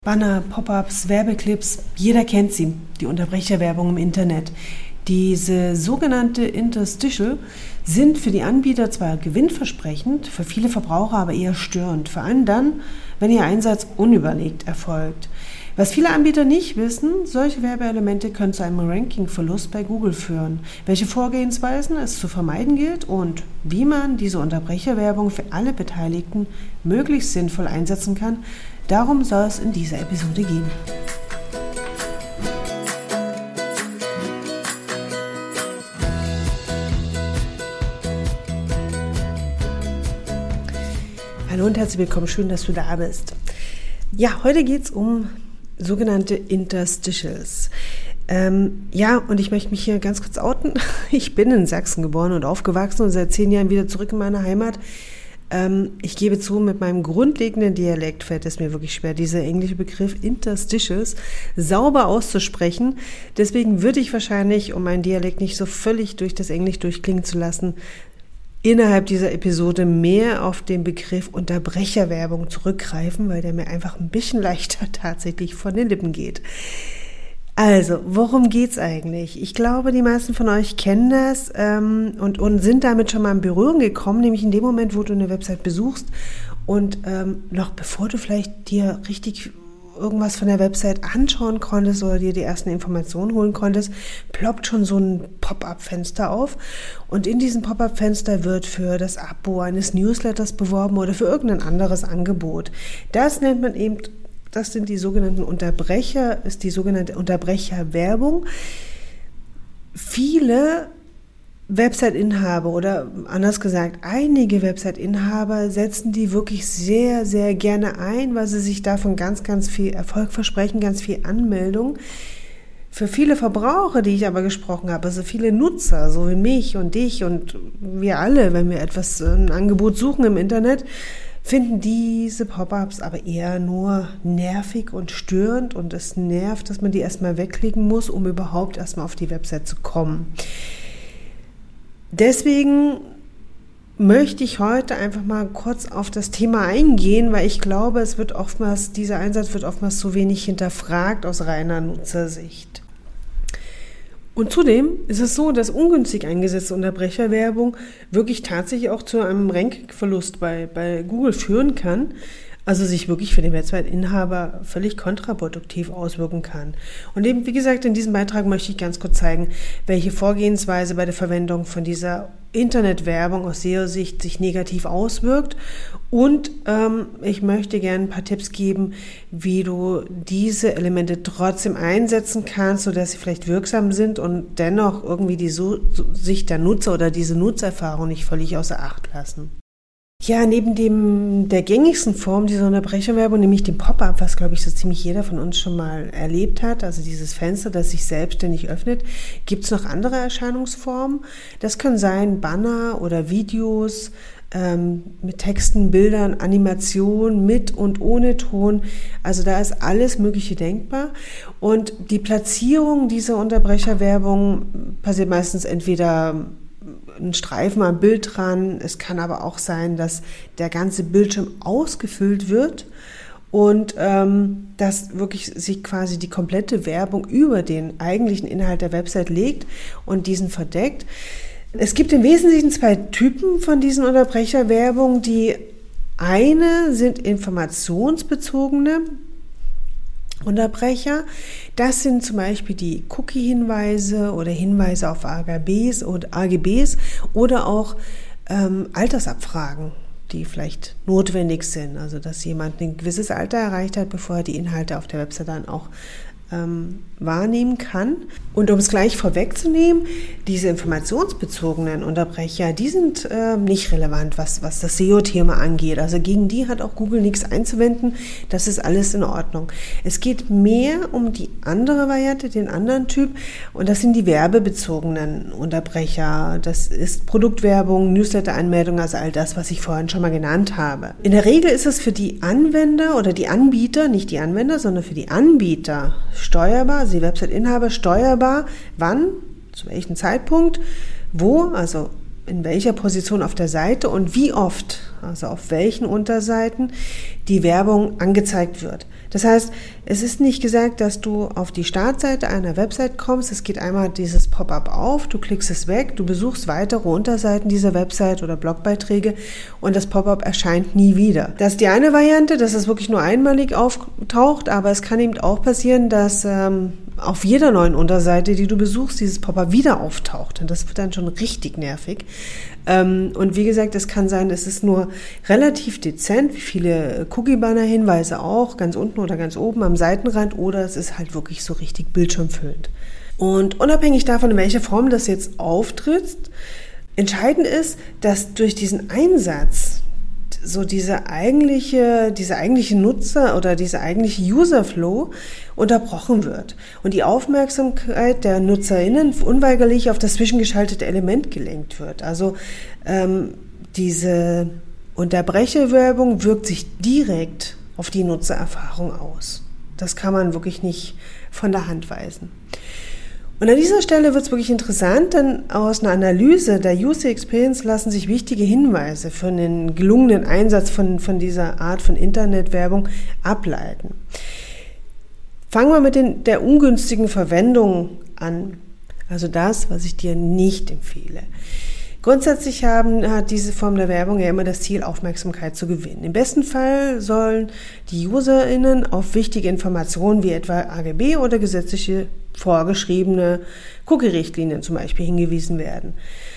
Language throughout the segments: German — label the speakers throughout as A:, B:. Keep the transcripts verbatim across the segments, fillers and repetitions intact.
A: Banner, Pop-ups, Werbeclips, jeder kennt sie, die Unterbrecherwerbung im Internet. Diese sogenannte Interstitial sind für die Anbieter zwar gewinnversprechend, für viele Verbraucher aber eher störend, vor allem dann, wenn ihr Einsatz unüberlegt erfolgt. Was viele Anbieter nicht wissen, solche Werbeelemente können zu einem Rankingverlust bei Google führen. Welche Vorgehensweisen es zu vermeiden gilt und wie man diese Unterbrecherwerbung für alle Beteiligten möglichst sinnvoll einsetzen kann, darum soll es in dieser Episode gehen. Hallo und herzlich willkommen, schön, dass du da bist. Ja, heute geht es um sogenannte Interstitials. Ähm, ja, und ich möchte mich hier ganz kurz outen. Ich bin in Sachsen geboren und aufgewachsen und seit zehn Jahren wieder zurück in meine Heimat. Ähm, ich gebe zu, mit meinem grundlegenden Dialekt fällt es mir wirklich schwer, dieser englische Begriff Interstitials sauber auszusprechen. Deswegen würde ich wahrscheinlich, um meinen Dialekt nicht so völlig durch das Englisch durchklingen zu lassen, innerhalb dieser Episode mehr auf den Begriff Unterbrecherwerbung zurückgreifen, weil der mir einfach ein bisschen leichter tatsächlich von den Lippen geht. Also, worum geht's eigentlich? Ich glaube, die meisten von euch kennen das ähm, und, und sind damit schon mal in Berührung gekommen, nämlich in dem Moment, wo du eine Website besuchst und ähm, noch bevor du vielleicht dir richtig irgendwas von der Website anschauen konntest oder dir die ersten Informationen holen konntest, ploppt schon so ein Pop-up-Fenster auf und in diesem Pop-up-Fenster wird für das Abo eines Newsletters beworben oder für irgendein anderes Angebot. Das nennt man eben, das sind die sogenannten Unterbrecher, ist die sogenannte Unterbrecherwerbung. Viele Website-Inhaber oder anders gesagt, einige Website-Inhaber setzen die wirklich sehr, sehr gerne ein, weil sie sich davon ganz, ganz viel Erfolg versprechen, ganz viel Anmeldung. Für viele Verbraucher, die ich aber gesprochen habe, also viele Nutzer, so wie mich und dich und wir alle, wenn wir etwas, ein Angebot suchen im Internet, finden diese Pop-ups aber eher nur nervig und störend und es nervt, dass man die erstmal wegklicken muss, um überhaupt erstmal auf die Website zu kommen. Deswegen möchte ich heute einfach mal kurz auf das Thema eingehen, weil ich glaube, es wird oftmals, dieser Einsatz wird oftmals zu wenig hinterfragt aus reiner Nutzersicht. Und zudem ist es so, dass ungünstig eingesetzte Unterbrecherwerbung wirklich tatsächlich auch zu einem Rankingverlust bei, bei Google führen kann, also sich wirklich für den Website-Inhaber völlig kontraproduktiv auswirken kann. Und eben, wie gesagt, in diesem Beitrag möchte ich ganz kurz zeigen, welche Vorgehensweise bei der Verwendung von dieser Internetwerbung aus S E O-Sicht sich negativ auswirkt. Und ähm, ich möchte gerne ein paar Tipps geben, wie du diese Elemente trotzdem einsetzen kannst, sodass sie vielleicht wirksam sind und dennoch irgendwie die so- Sicht der Nutzer oder diese Nutzererfahrung nicht völlig außer Acht lassen. Ja, neben dem der gängigsten Form dieser Unterbrecherwerbung, nämlich dem Pop-up, was, glaube ich, so ziemlich jeder von uns schon mal erlebt hat, also dieses Fenster, das sich selbstständig öffnet, gibt es noch andere Erscheinungsformen. Das können sein Banner oder Videos ähm, mit Texten, Bildern, Animationen, mit und ohne Ton. Also da ist alles Mögliche denkbar. Und die Platzierung dieser Unterbrecherwerbung passiert meistens entweder ein Streifen am Bild dran. Es kann aber auch sein, dass der ganze Bildschirm ausgefüllt wird und ähm, dass wirklich sich quasi die komplette Werbung über den eigentlichen Inhalt der Website legt und diesen verdeckt. Es gibt im Wesentlichen zwei Typen von diesen Unterbrecherwerbung. Die eine sind informationsbezogene Unterbrecher. Das sind zum Beispiel die Cookie-Hinweise oder Hinweise auf A G Bs und A G Bs oder auch ähm, Altersabfragen, die vielleicht notwendig sind. Also dass jemand ein gewisses Alter erreicht hat, bevor er die Inhalte auf der Website dann auch ähm, wahrnehmen kann. Und um es gleich vorwegzunehmen, diese informationsbezogenen Unterbrecher, die sind äh, nicht relevant, was, was das S E O-Thema angeht. Also gegen die hat auch Google nichts einzuwenden. Das ist alles in Ordnung. Es geht mehr um die andere Variante, den anderen Typ. Und das sind die werbebezogenen Unterbrecher. Das ist Produktwerbung, Newsletter-Anmeldung, also all das, was ich vorhin schon mal genannt habe. In der Regel ist es für die Anwender oder die Anbieter, nicht die Anwender, sondern für die Anbieter steuerbar, also die Website-Inhaber steuerbar, wann, zu welchem Zeitpunkt, wo, also in welcher Position auf der Seite und wie oft, also auf welchen Unterseiten, die Werbung angezeigt wird. Das heißt, es ist nicht gesagt, dass du auf die Startseite einer Website kommst. Es geht einmal dieses Pop-up auf, du klickst es weg, du besuchst weitere Unterseiten dieser Website oder Blogbeiträge und das Pop-up erscheint nie wieder. Das ist die eine Variante, dass es wirklich nur einmalig auftaucht, aber es kann eben auch passieren, dass ähm, auf jeder neuen Unterseite, die du besuchst, dieses Pop-up wieder auftaucht. Und das wird dann schon richtig nervig. Ähm, und wie gesagt, es kann sein, es ist nur relativ dezent, wie viele Cookie-Banner-Hinweise auch, ganz unten oder ganz oben am Seitenrand, oder es ist halt wirklich so richtig bildschirmfüllend. Und unabhängig davon, in welcher Form das jetzt auftritt, entscheidend ist, dass durch diesen Einsatz so diese eigentliche, diese eigentliche Nutzer oder dieser eigentliche User-Flow unterbrochen wird und die Aufmerksamkeit der NutzerInnen unweigerlich auf das zwischengeschaltete Element gelenkt wird. Also ähm, diese Unterbrecherwerbung wirkt sich direkt auf die Nutzererfahrung aus. Das kann man wirklich nicht von der Hand weisen. Und an dieser Stelle wird es wirklich interessant, denn aus einer Analyse der User Experience lassen sich wichtige Hinweise für einen gelungenen Einsatz von, von dieser Art von Internetwerbung ableiten. Fangen wir mit den, der ungünstigen Verwendung an, also das, was ich dir nicht empfehle. Grundsätzlich haben, hat diese Form der Werbung ja immer das Ziel, Aufmerksamkeit zu gewinnen. Im besten Fall sollen die UserInnen auf wichtige Informationen wie etwa A G B oder gesetzliche vorgeschriebene Cookie-Richtlinien zum Beispiel hingewiesen werden.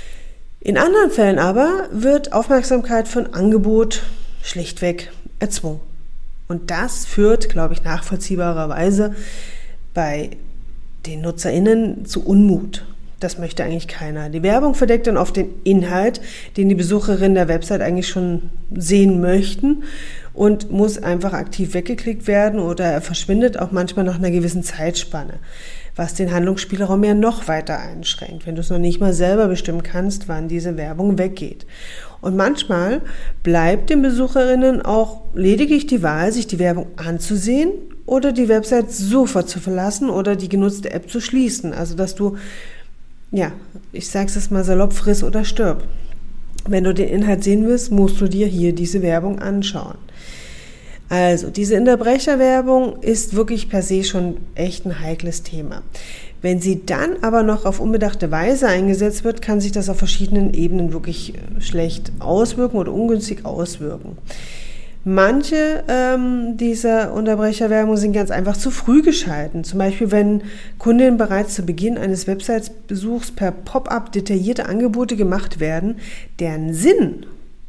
A: In anderen Fällen aber wird Aufmerksamkeit von Angebot schlichtweg erzwungen. Und das führt, glaube ich, nachvollziehbarerweise bei den NutzerInnen zu Unmut. Das möchte eigentlich keiner. Die Werbung verdeckt dann oft den Inhalt, den die Besucherinnen der Website eigentlich schon sehen möchten und muss einfach aktiv weggeklickt werden oder er verschwindet auch manchmal nach einer gewissen Zeitspanne, was den Handlungsspielraum ja noch weiter einschränkt, wenn du es noch nicht mal selber bestimmen kannst, wann diese Werbung weggeht. Und manchmal bleibt den Besucherinnen auch lediglich die Wahl, sich die Werbung anzusehen oder die Website sofort zu verlassen oder die genutzte App zu schließen. Also dass du Ja, ich sage es mal salopp, friss oder stirb. Wenn du den Inhalt sehen willst, musst du dir hier diese Werbung anschauen. Also, diese Unterbrecherwerbung ist wirklich per se schon echt ein heikles Thema. Wenn sie dann aber noch auf unbedachte Weise eingesetzt wird, kann sich das auf verschiedenen Ebenen wirklich schlecht auswirken oder ungünstig auswirken. Manche ähm, dieser Unterbrecherwerbung sind ganz einfach zu früh geschalten. Zum Beispiel, wenn Kundinnen bereits zu Beginn eines Website-Besuchs per Pop-up detaillierte Angebote gemacht werden, deren Sinn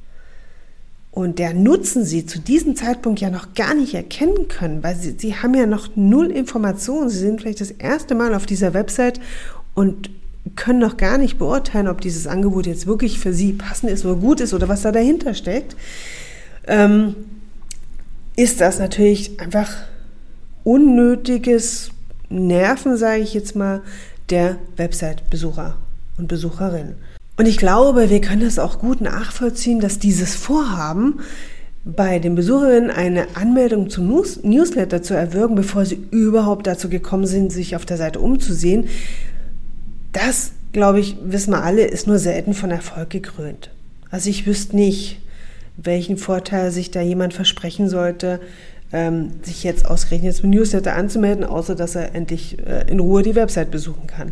A: und deren Nutzen sie zu diesem Zeitpunkt ja noch gar nicht erkennen können, weil sie, sie haben ja noch null Informationen. Sie sind vielleicht das erste Mal auf dieser Website und können noch gar nicht beurteilen, ob dieses Angebot jetzt wirklich für sie passend ist oder gut ist oder was da dahinter steckt. Ähm, ist das natürlich einfach unnötiges Nerven, sage ich jetzt mal, der Website-Besucher und Besucherinnen. Und ich glaube, wir können das auch gut nachvollziehen, dass dieses Vorhaben, bei den Besucherinnen eine Anmeldung zum News- Newsletter zu erwirken, bevor sie überhaupt dazu gekommen sind, sich auf der Seite umzusehen, das, glaube ich, wissen wir alle, ist nur selten von Erfolg gekrönt. Also ich wüsste nicht, welchen Vorteil sich da jemand versprechen sollte, ähm, sich jetzt ausgerechnet zum Newsletter anzumelden, außer dass er endlich äh, in Ruhe die Website besuchen kann.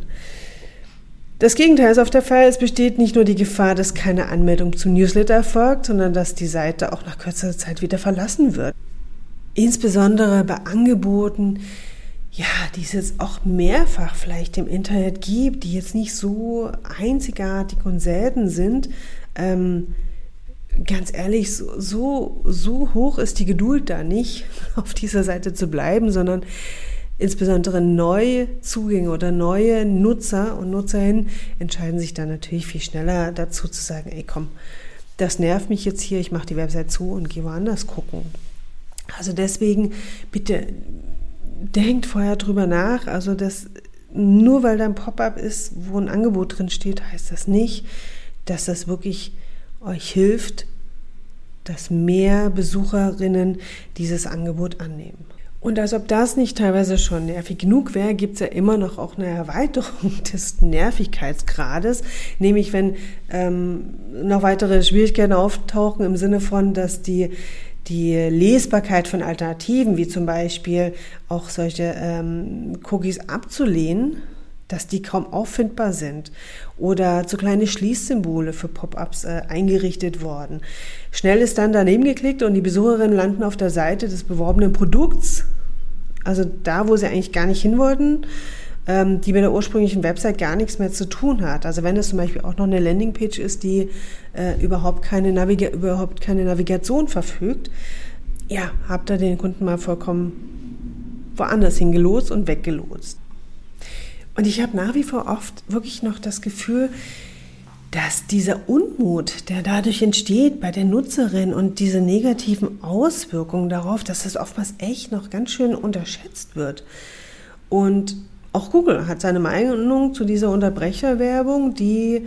A: Das Gegenteil ist oft der Fall. Es besteht nicht nur die Gefahr, dass keine Anmeldung zum Newsletter erfolgt, sondern dass die Seite auch nach kürzester Zeit wieder verlassen wird. Insbesondere bei Angeboten, ja, die es jetzt auch mehrfach vielleicht im Internet gibt, die jetzt nicht so einzigartig und selten sind, ähm, ganz ehrlich, so, so, so hoch ist die Geduld da nicht, auf dieser Seite zu bleiben, sondern insbesondere neue Zugänge oder neue Nutzer und Nutzerinnen entscheiden sich dann natürlich viel schneller dazu zu sagen, ey komm, das nervt mich jetzt hier, ich mache die Website zu und gehe woanders gucken. Also deswegen bitte denkt vorher drüber nach, also das, nur weil da ein Pop-up ist, wo ein Angebot drin steht, heißt das nicht, dass das wirklich euch hilft, dass mehr Besucherinnen dieses Angebot annehmen. Und als ob das nicht teilweise schon nervig genug wäre, gibt es ja immer noch auch eine Erweiterung des Nervigkeitsgrades, nämlich wenn ähm, noch weitere Schwierigkeiten auftauchen im Sinne von, dass die, die Lesbarkeit von Alternativen, wie zum Beispiel auch solche ähm, Cookies abzulehnen, dass die kaum auffindbar sind oder zu kleine Schließsymbole für Pop-ups äh, eingerichtet worden. Schnell ist dann daneben geklickt und die Besucherinnen landen auf der Seite des beworbenen Produkts, also da, wo sie eigentlich gar nicht hin wollten, ähm, die mit der ursprünglichen Website gar nichts mehr zu tun hat. Also wenn es zum Beispiel auch noch eine Landingpage ist, die äh, überhaupt keine Naviga- überhaupt keine Navigation verfügt, ja, habt ihr den Kunden mal vollkommen woanders hingelotst und weggelotst. Und ich habe nach wie vor oft wirklich noch das Gefühl, dass dieser Unmut, der dadurch entsteht bei der Nutzerin und diese negativen Auswirkungen darauf, dass das oftmals echt noch ganz schön unterschätzt wird. Und auch Google hat seine Meinung zu dieser Unterbrecherwerbung, die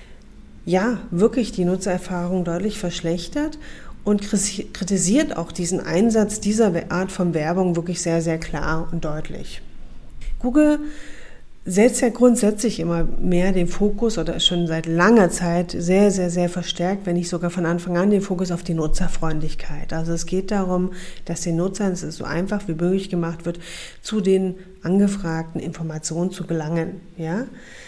A: ja wirklich die Nutzererfahrung deutlich verschlechtert und kritisiert auch diesen Einsatz dieser Art von Werbung wirklich sehr, sehr klar und deutlich. Google setzt ja grundsätzlich immer mehr den Fokus oder schon seit langer Zeit sehr, sehr, sehr verstärkt, wenn nicht sogar von Anfang an, den Fokus auf die Nutzerfreundlichkeit. Also es geht darum, dass den Nutzern es so einfach wie möglich gemacht wird, zu den angefragten Informationen zu gelangen, ja.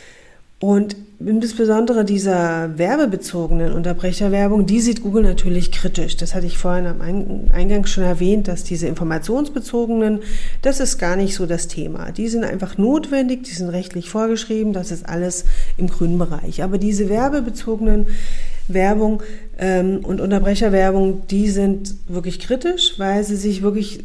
A: Und insbesondere dieser werbebezogenen Unterbrecherwerbung, die sieht Google natürlich kritisch. Das hatte ich vorhin am Eingang schon erwähnt, dass diese informationsbezogenen, das ist gar nicht so das Thema. Die sind einfach notwendig, die sind rechtlich vorgeschrieben, das ist alles im grünen Bereich. Aber diese werbebezogenen Werbung ähm, und Unterbrecherwerbung, die sind wirklich kritisch, weil sie sich wirklich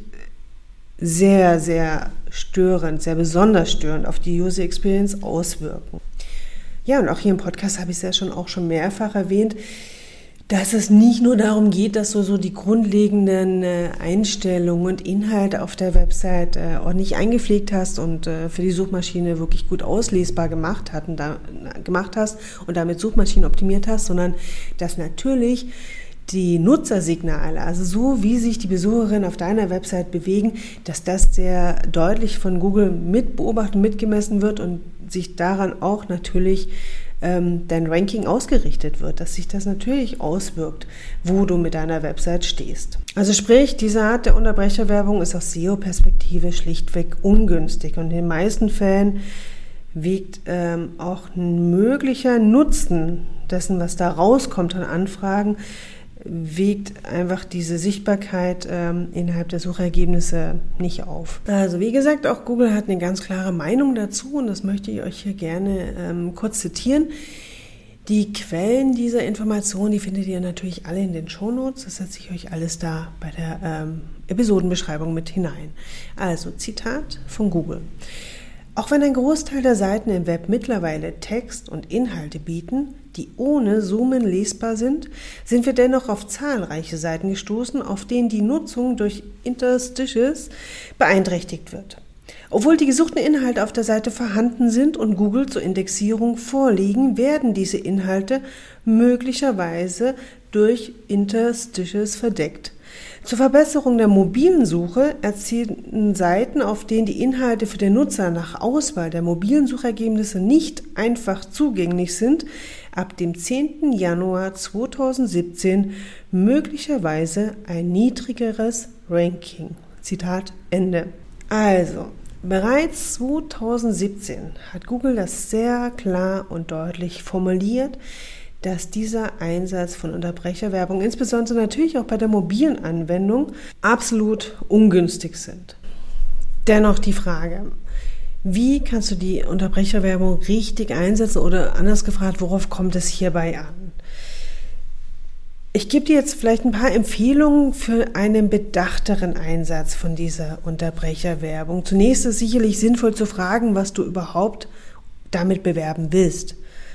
A: sehr, sehr störend, sehr besonders störend auf die User Experience auswirken. Ja, und auch hier im Podcast habe ich es ja schon auch schon mehrfach erwähnt, dass es nicht nur darum geht, dass du so die grundlegenden äh, Einstellungen und Inhalte auf der Website äh, ordentlich eingepflegt hast und äh, für die Suchmaschine wirklich gut auslesbar gemacht, hat und da, gemacht hast und damit Suchmaschinen optimiert hast, sondern dass natürlich die Nutzersignale, also so wie sich die Besucherinnen auf deiner Website bewegen, dass das sehr deutlich von Google mitbeobachtet, mitgemessen wird und sich daran auch natürlich ähm, dein Ranking ausgerichtet wird, dass sich das natürlich auswirkt, wo du mit deiner Website stehst. Also sprich, diese Art der Unterbrecherwerbung ist aus S E O-Perspektive schlichtweg ungünstig und in den meisten Fällen wiegt ähm, auch ein möglicher Nutzen dessen, was da rauskommt an Anfragen, wiegt einfach diese Sichtbarkeit ähm, innerhalb der Suchergebnisse nicht auf. Also wie gesagt, auch Google hat eine ganz klare Meinung dazu und das möchte ich euch hier gerne ähm, kurz zitieren. Die Quellen dieser Informationen, die findet ihr natürlich alle in den Shownotes. Das setze ich euch alles da bei der ähm, Episodenbeschreibung mit hinein. Also Zitat von Google. Auch wenn ein Großteil der Seiten im Web mittlerweile Text und Inhalte bieten, die ohne Zoomen lesbar sind, sind wir dennoch auf zahlreiche Seiten gestoßen, auf denen die Nutzung durch Interstitials beeinträchtigt wird. Obwohl die gesuchten Inhalte auf der Seite vorhanden sind und Google zur Indexierung vorliegen, werden diese Inhalte möglicherweise durch Interstitials verdeckt. Zur Verbesserung der mobilen Suche erzielen Seiten, auf denen die Inhalte für den Nutzer nach Auswahl der mobilen Suchergebnisse nicht einfach zugänglich sind, ab dem zehnten Januar zweitausendsiebzehn möglicherweise ein niedrigeres Ranking. Zitat Ende. Also, bereits zweitausendsiebzehn hat Google das sehr klar und deutlich formuliert, dass dieser Einsatz von Unterbrecherwerbung, insbesondere natürlich auch bei der mobilen Anwendung, absolut ungünstig sind. Dennoch die Frage, wie kannst du die Unterbrecherwerbung richtig einsetzen oder anders gefragt, worauf kommt es hierbei an? Ich gebe dir jetzt vielleicht ein paar Empfehlungen für einen bedachteren Einsatz von dieser Unterbrecherwerbung. Zunächst ist sicherlich sinnvoll zu fragen, was du überhaupt damit bewerben willst.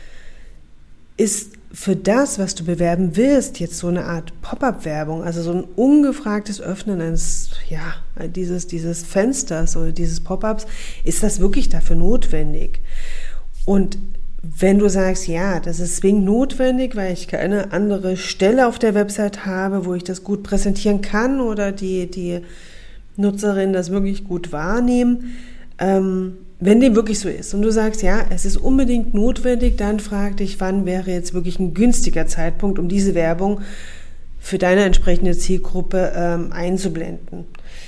A: Ist für das, was du bewerben willst, jetzt so eine Art Pop-up-Werbung, also so ein ungefragtes Öffnen eines, ja, dieses, dieses Fensters oder dieses Pop-ups, ist das wirklich dafür notwendig? Und wenn du sagst, ja, das ist zwingend notwendig, weil ich keine andere Stelle auf der Website habe, wo ich das gut präsentieren kann oder die, die Nutzerinnen das wirklich gut wahrnehmen. Ähm, wenn dem wirklich so ist und du sagst, ja, es ist unbedingt notwendig, dann frag dich, wann wäre jetzt wirklich ein günstiger Zeitpunkt, um diese Werbung für deine entsprechende Zielgruppe ähm, einzublenden.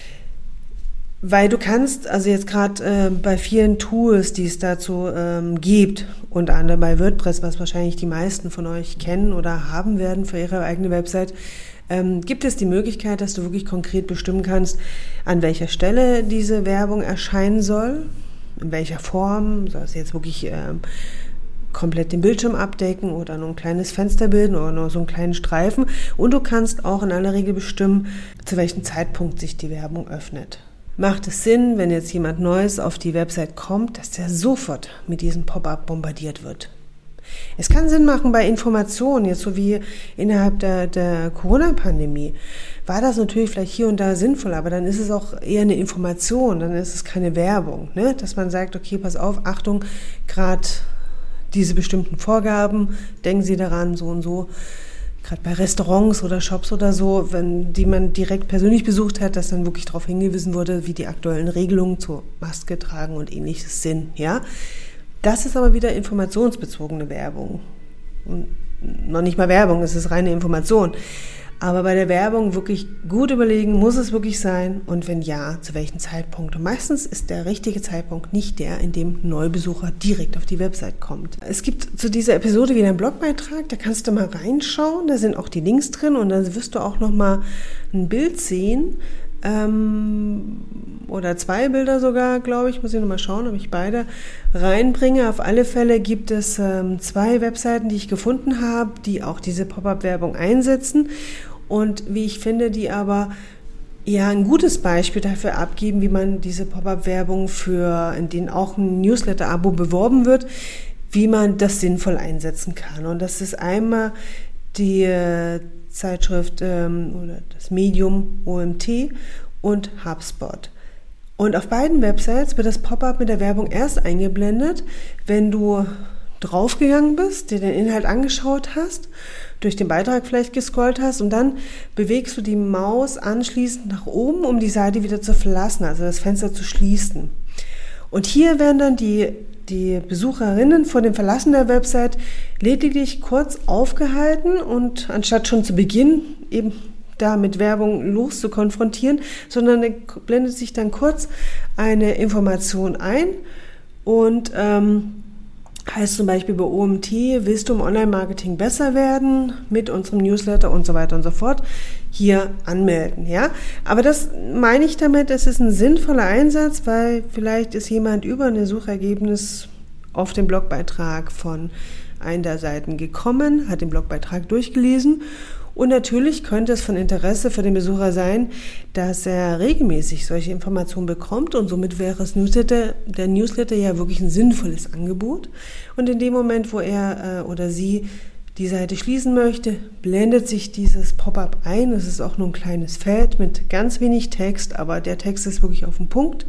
A: Weil du kannst, also jetzt gerade äh, bei vielen Tools, die es dazu ähm, gibt, unter anderem bei WordPress, was wahrscheinlich die meisten von euch kennen oder haben werden für ihre eigene Website, ähm, gibt es die Möglichkeit, dass du wirklich konkret bestimmen kannst, an welcher Stelle diese Werbung erscheinen soll, in welcher Form, soll es jetzt wirklich ähm, komplett den Bildschirm abdecken oder nur ein kleines Fenster bilden oder nur so einen kleinen Streifen. Und du kannst auch in aller Regel bestimmen, zu welchem Zeitpunkt sich die Werbung öffnet. Macht es Sinn, wenn jetzt jemand Neues auf die Website kommt, dass der sofort mit diesem Pop-up bombardiert wird? Es kann Sinn machen bei Informationen, jetzt so wie innerhalb der, der Corona-Pandemie. War das natürlich vielleicht hier und da sinnvoll, aber dann ist es auch eher eine Information, dann ist es keine Werbung, ne? Dass man sagt, okay, pass auf, Achtung, gerade diese bestimmten Vorgaben, denken Sie daran, so und so. Gerade bei Restaurants oder Shops oder so, wenn die man direkt persönlich besucht hat, dass dann wirklich darauf hingewiesen wurde, wie die aktuellen Regelungen zur Maske tragen und ähnliches sind. Ja, das ist aber wieder informationsbezogene Werbung und noch nicht mal Werbung, es ist reine Information. Aber bei der Werbung wirklich gut überlegen, muss es wirklich sein und wenn ja, zu welchem Zeitpunkt. Und meistens ist der richtige Zeitpunkt nicht der, in dem ein Neubesucher direkt auf die Website kommt. Es gibt zu dieser Episode wieder einen Blogbeitrag, da kannst du mal reinschauen, da sind auch die Links drin und dann wirst du auch nochmal ein Bild sehen, ähm, oder zwei Bilder sogar, glaube ich, muss ich nochmal schauen, ob ich beide reinbringe. Auf alle Fälle gibt es ähm, zwei Webseiten, die ich gefunden habe, die auch diese Pop-up-Werbung einsetzen und wie ich finde, die aber ja ein gutes Beispiel dafür abgeben, wie man diese Pop-up-Werbung für, in denen auch ein Newsletter-Abo beworben wird, wie man das sinnvoll einsetzen kann. Und das ist einmal die äh, Zeitschrift ähm, oder das Medium O M T und HubSpot. Und auf beiden Websites wird das Pop-up mit der Werbung erst eingeblendet, wenn du draufgegangen bist, dir den Inhalt angeschaut hast, durch den Beitrag vielleicht gescrollt hast und dann bewegst du die Maus anschließend nach oben, um die Seite wieder zu verlassen, also das Fenster zu schließen. Und hier werden dann die, die Besucherinnen vor dem Verlassen der Website lediglich kurz aufgehalten und anstatt schon zu Beginn eben da mit Werbung los zu konfrontieren, sondern blendet sich dann kurz eine Information ein und ähm, heißt zum Beispiel bei O M T, willst du im Online-Marketing besser werden mit unserem Newsletter und so weiter und so fort, hier anmelden, ja. Aber das meine ich damit, es ist ein sinnvoller Einsatz, weil vielleicht ist jemand über ein Suchergebnis auf den Blogbeitrag von einer der Seiten gekommen, hat den Blogbeitrag durchgelesen und natürlich könnte es von Interesse für den Besucher sein, dass er regelmäßig solche Informationen bekommt und somit wäre das Newsletter, der Newsletter ja wirklich ein sinnvolles Angebot. Und in dem Moment, wo er äh, oder sie die Seite schließen möchte, blendet sich dieses Pop-up ein. Es ist auch nur ein kleines Feld mit ganz wenig Text, aber der Text ist wirklich auf den Punkt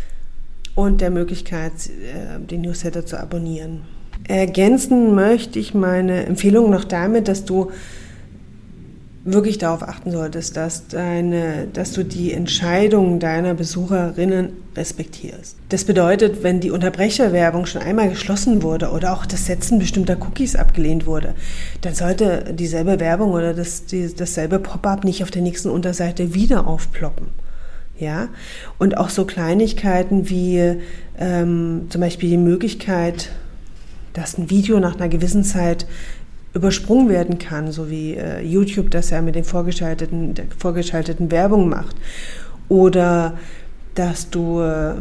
A: und der Möglichkeit, äh, den Newsletter zu abonnieren. Ergänzen möchte ich meine Empfehlung noch damit, dass du wirklich darauf achten solltest, dass deine, dass du die Entscheidungen deiner Besucherinnen respektierst. Das bedeutet, wenn die Unterbrecherwerbung schon einmal geschlossen wurde oder auch das Setzen bestimmter Cookies abgelehnt wurde, dann sollte dieselbe Werbung oder das, die, dasselbe Pop-up nicht auf der nächsten Unterseite wieder aufploppen. Ja? Und auch so Kleinigkeiten wie ähm, zum Beispiel die Möglichkeit, dass ein Video nach einer gewissen Zeit übersprungen werden kann, so wie äh, YouTube das ja mit den vorgeschalteten, der vorgeschalteten Werbung macht. Oder dass du äh,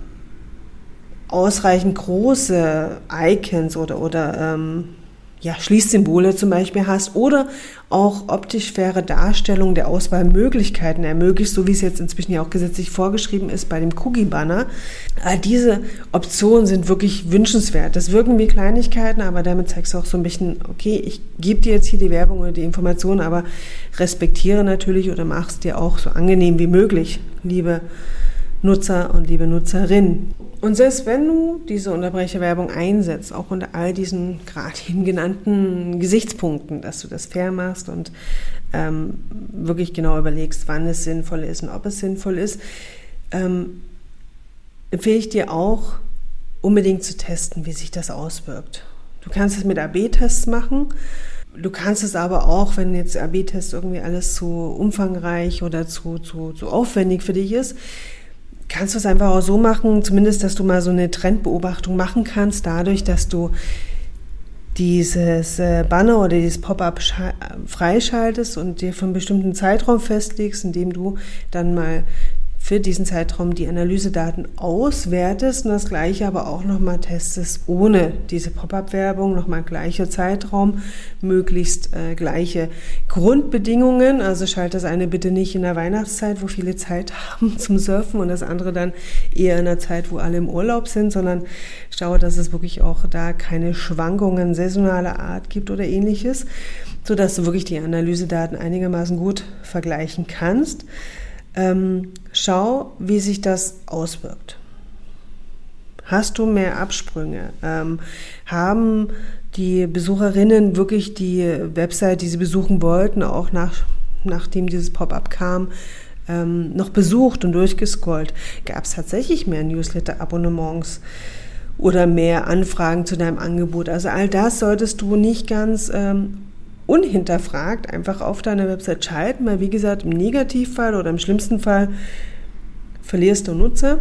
A: ausreichend große Icons oder, oder ähm, ja, Schließsymbole zum Beispiel hast oder auch optisch faire Darstellung der Auswahlmöglichkeiten ermöglicht, so wie es jetzt inzwischen ja auch gesetzlich vorgeschrieben ist bei dem Cookie-Banner. All diese Optionen sind wirklich wünschenswert. Das wirken wie Kleinigkeiten, aber damit zeigst du auch so ein bisschen, okay, ich gebe dir jetzt hier die Werbung oder die Information, aber respektiere natürlich oder mach es dir auch so angenehm wie möglich, liebe Nutzer und liebe Nutzerinnen. Und selbst wenn du diese Unterbrecherwerbung einsetzt, auch unter all diesen gerade eben genannten Gesichtspunkten, dass du das fair machst und ähm, wirklich genau überlegst, wann es sinnvoll ist und ob es sinnvoll ist, ähm, empfehle ich dir auch, unbedingt zu testen, wie sich das auswirkt. Du kannst es mit A B Tests machen. Du kannst es aber auch, wenn jetzt A B Tests irgendwie alles zu umfangreich oder zu, zu, zu aufwendig für dich ist, kannst du es einfach auch so machen, zumindest, dass du mal so eine Trendbeobachtung machen kannst, dadurch, dass du dieses Banner oder dieses Pop-up freischaltest und dir für einen bestimmten Zeitraum festlegst, indem du dann mal für diesen Zeitraum die Analysedaten auswertest und das Gleiche aber auch nochmal testest ohne diese Pop-up-Werbung, nochmal gleicher Zeitraum, möglichst äh, gleiche Grundbedingungen, also schalte das eine bitte nicht in der Weihnachtszeit, wo viele Zeit haben zum Surfen und das andere dann eher in der Zeit, wo alle im Urlaub sind, sondern schaue, dass es wirklich auch da keine Schwankungen saisonaler Art gibt oder ähnliches, sodass du wirklich die Analysedaten einigermaßen gut vergleichen kannst. Ähm, schau, wie sich das auswirkt. Hast du mehr Absprünge? Ähm, haben die Besucherinnen wirklich die Website, die sie besuchen wollten, auch nach, nachdem dieses Pop-up kam, ähm, noch besucht und durchgescrollt? Gab es tatsächlich mehr Newsletter-Abonnements oder mehr Anfragen zu deinem Angebot? Also all das solltest du nicht ganz ähm, unhinterfragt einfach auf deiner Website schalten, weil wie gesagt, im Negativfall oder im schlimmsten Fall verlierst du Nutzer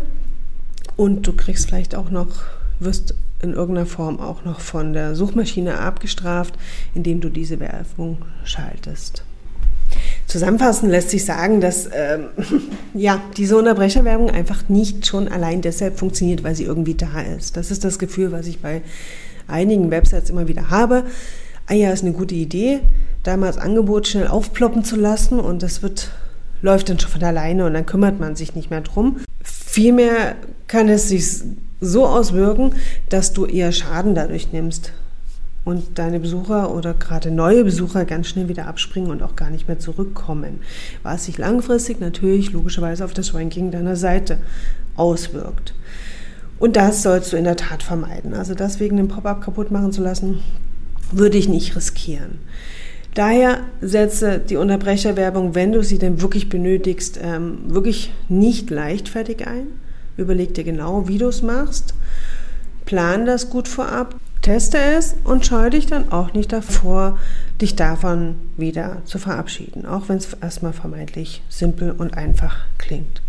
A: und du kriegst vielleicht auch noch, wirst in irgendeiner Form auch noch von der Suchmaschine abgestraft, indem du diese Werbung schaltest. Zusammenfassend lässt sich sagen, dass ähm, ja, diese Unterbrecherwerbung einfach nicht schon allein deshalb funktioniert, weil sie irgendwie da ist. Das ist das Gefühl, was ich bei einigen Websites immer wieder habe. Ah ja, ist eine gute Idee, da mal das Angebot schnell aufploppen zu lassen und das wird, läuft dann schon von alleine und dann kümmert man sich nicht mehr drum. Vielmehr kann es sich so auswirken, dass du eher Schaden dadurch nimmst und deine Besucher oder gerade neue Besucher ganz schnell wieder abspringen und auch gar nicht mehr zurückkommen, was sich langfristig natürlich logischerweise auf das Ranking deiner Seite auswirkt. Und das sollst du in der Tat vermeiden. Also das wegen dem Pop-up kaputt machen zu lassen, würde ich nicht riskieren. Daher setze die Unterbrecherwerbung, wenn du sie denn wirklich benötigst, ähm, wirklich nicht leichtfertig ein. Überleg dir genau, wie du es machst. Plan das gut vorab, teste es und scheue dich dann auch nicht davor, dich davon wieder zu verabschieden, auch wenn es erstmal vermeintlich simpel und einfach klingt.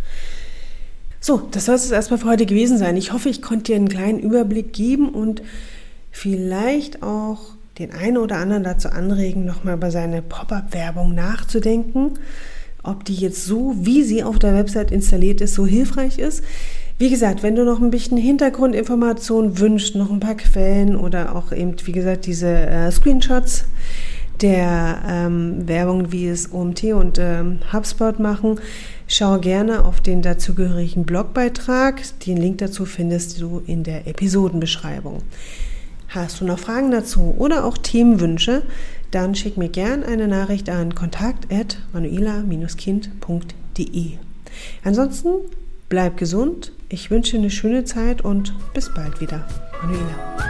A: So, das soll es erstmal für heute gewesen sein. Ich hoffe, ich konnte dir einen kleinen Überblick geben und vielleicht auch den einen oder anderen dazu anregen, nochmal über seine Pop-up-Werbung nachzudenken, ob die jetzt so, wie sie auf der Website installiert ist, so hilfreich ist. Wie gesagt, wenn du noch ein bisschen Hintergrundinformationen wünschst, noch ein paar Quellen oder auch eben, wie gesagt, diese äh, Screenshots der ähm, Werbung, wie es O M T und ähm, HubSpot machen, schau gerne auf den dazugehörigen Blogbeitrag. Den Link dazu findest du in der Episodenbeschreibung. Hast du noch Fragen dazu oder auch Themenwünsche, dann schick mir gern eine Nachricht an kontakt at manuela dash kind punkt de. Ansonsten bleib gesund, ich wünsche dir eine schöne Zeit und bis bald wieder. Manuela.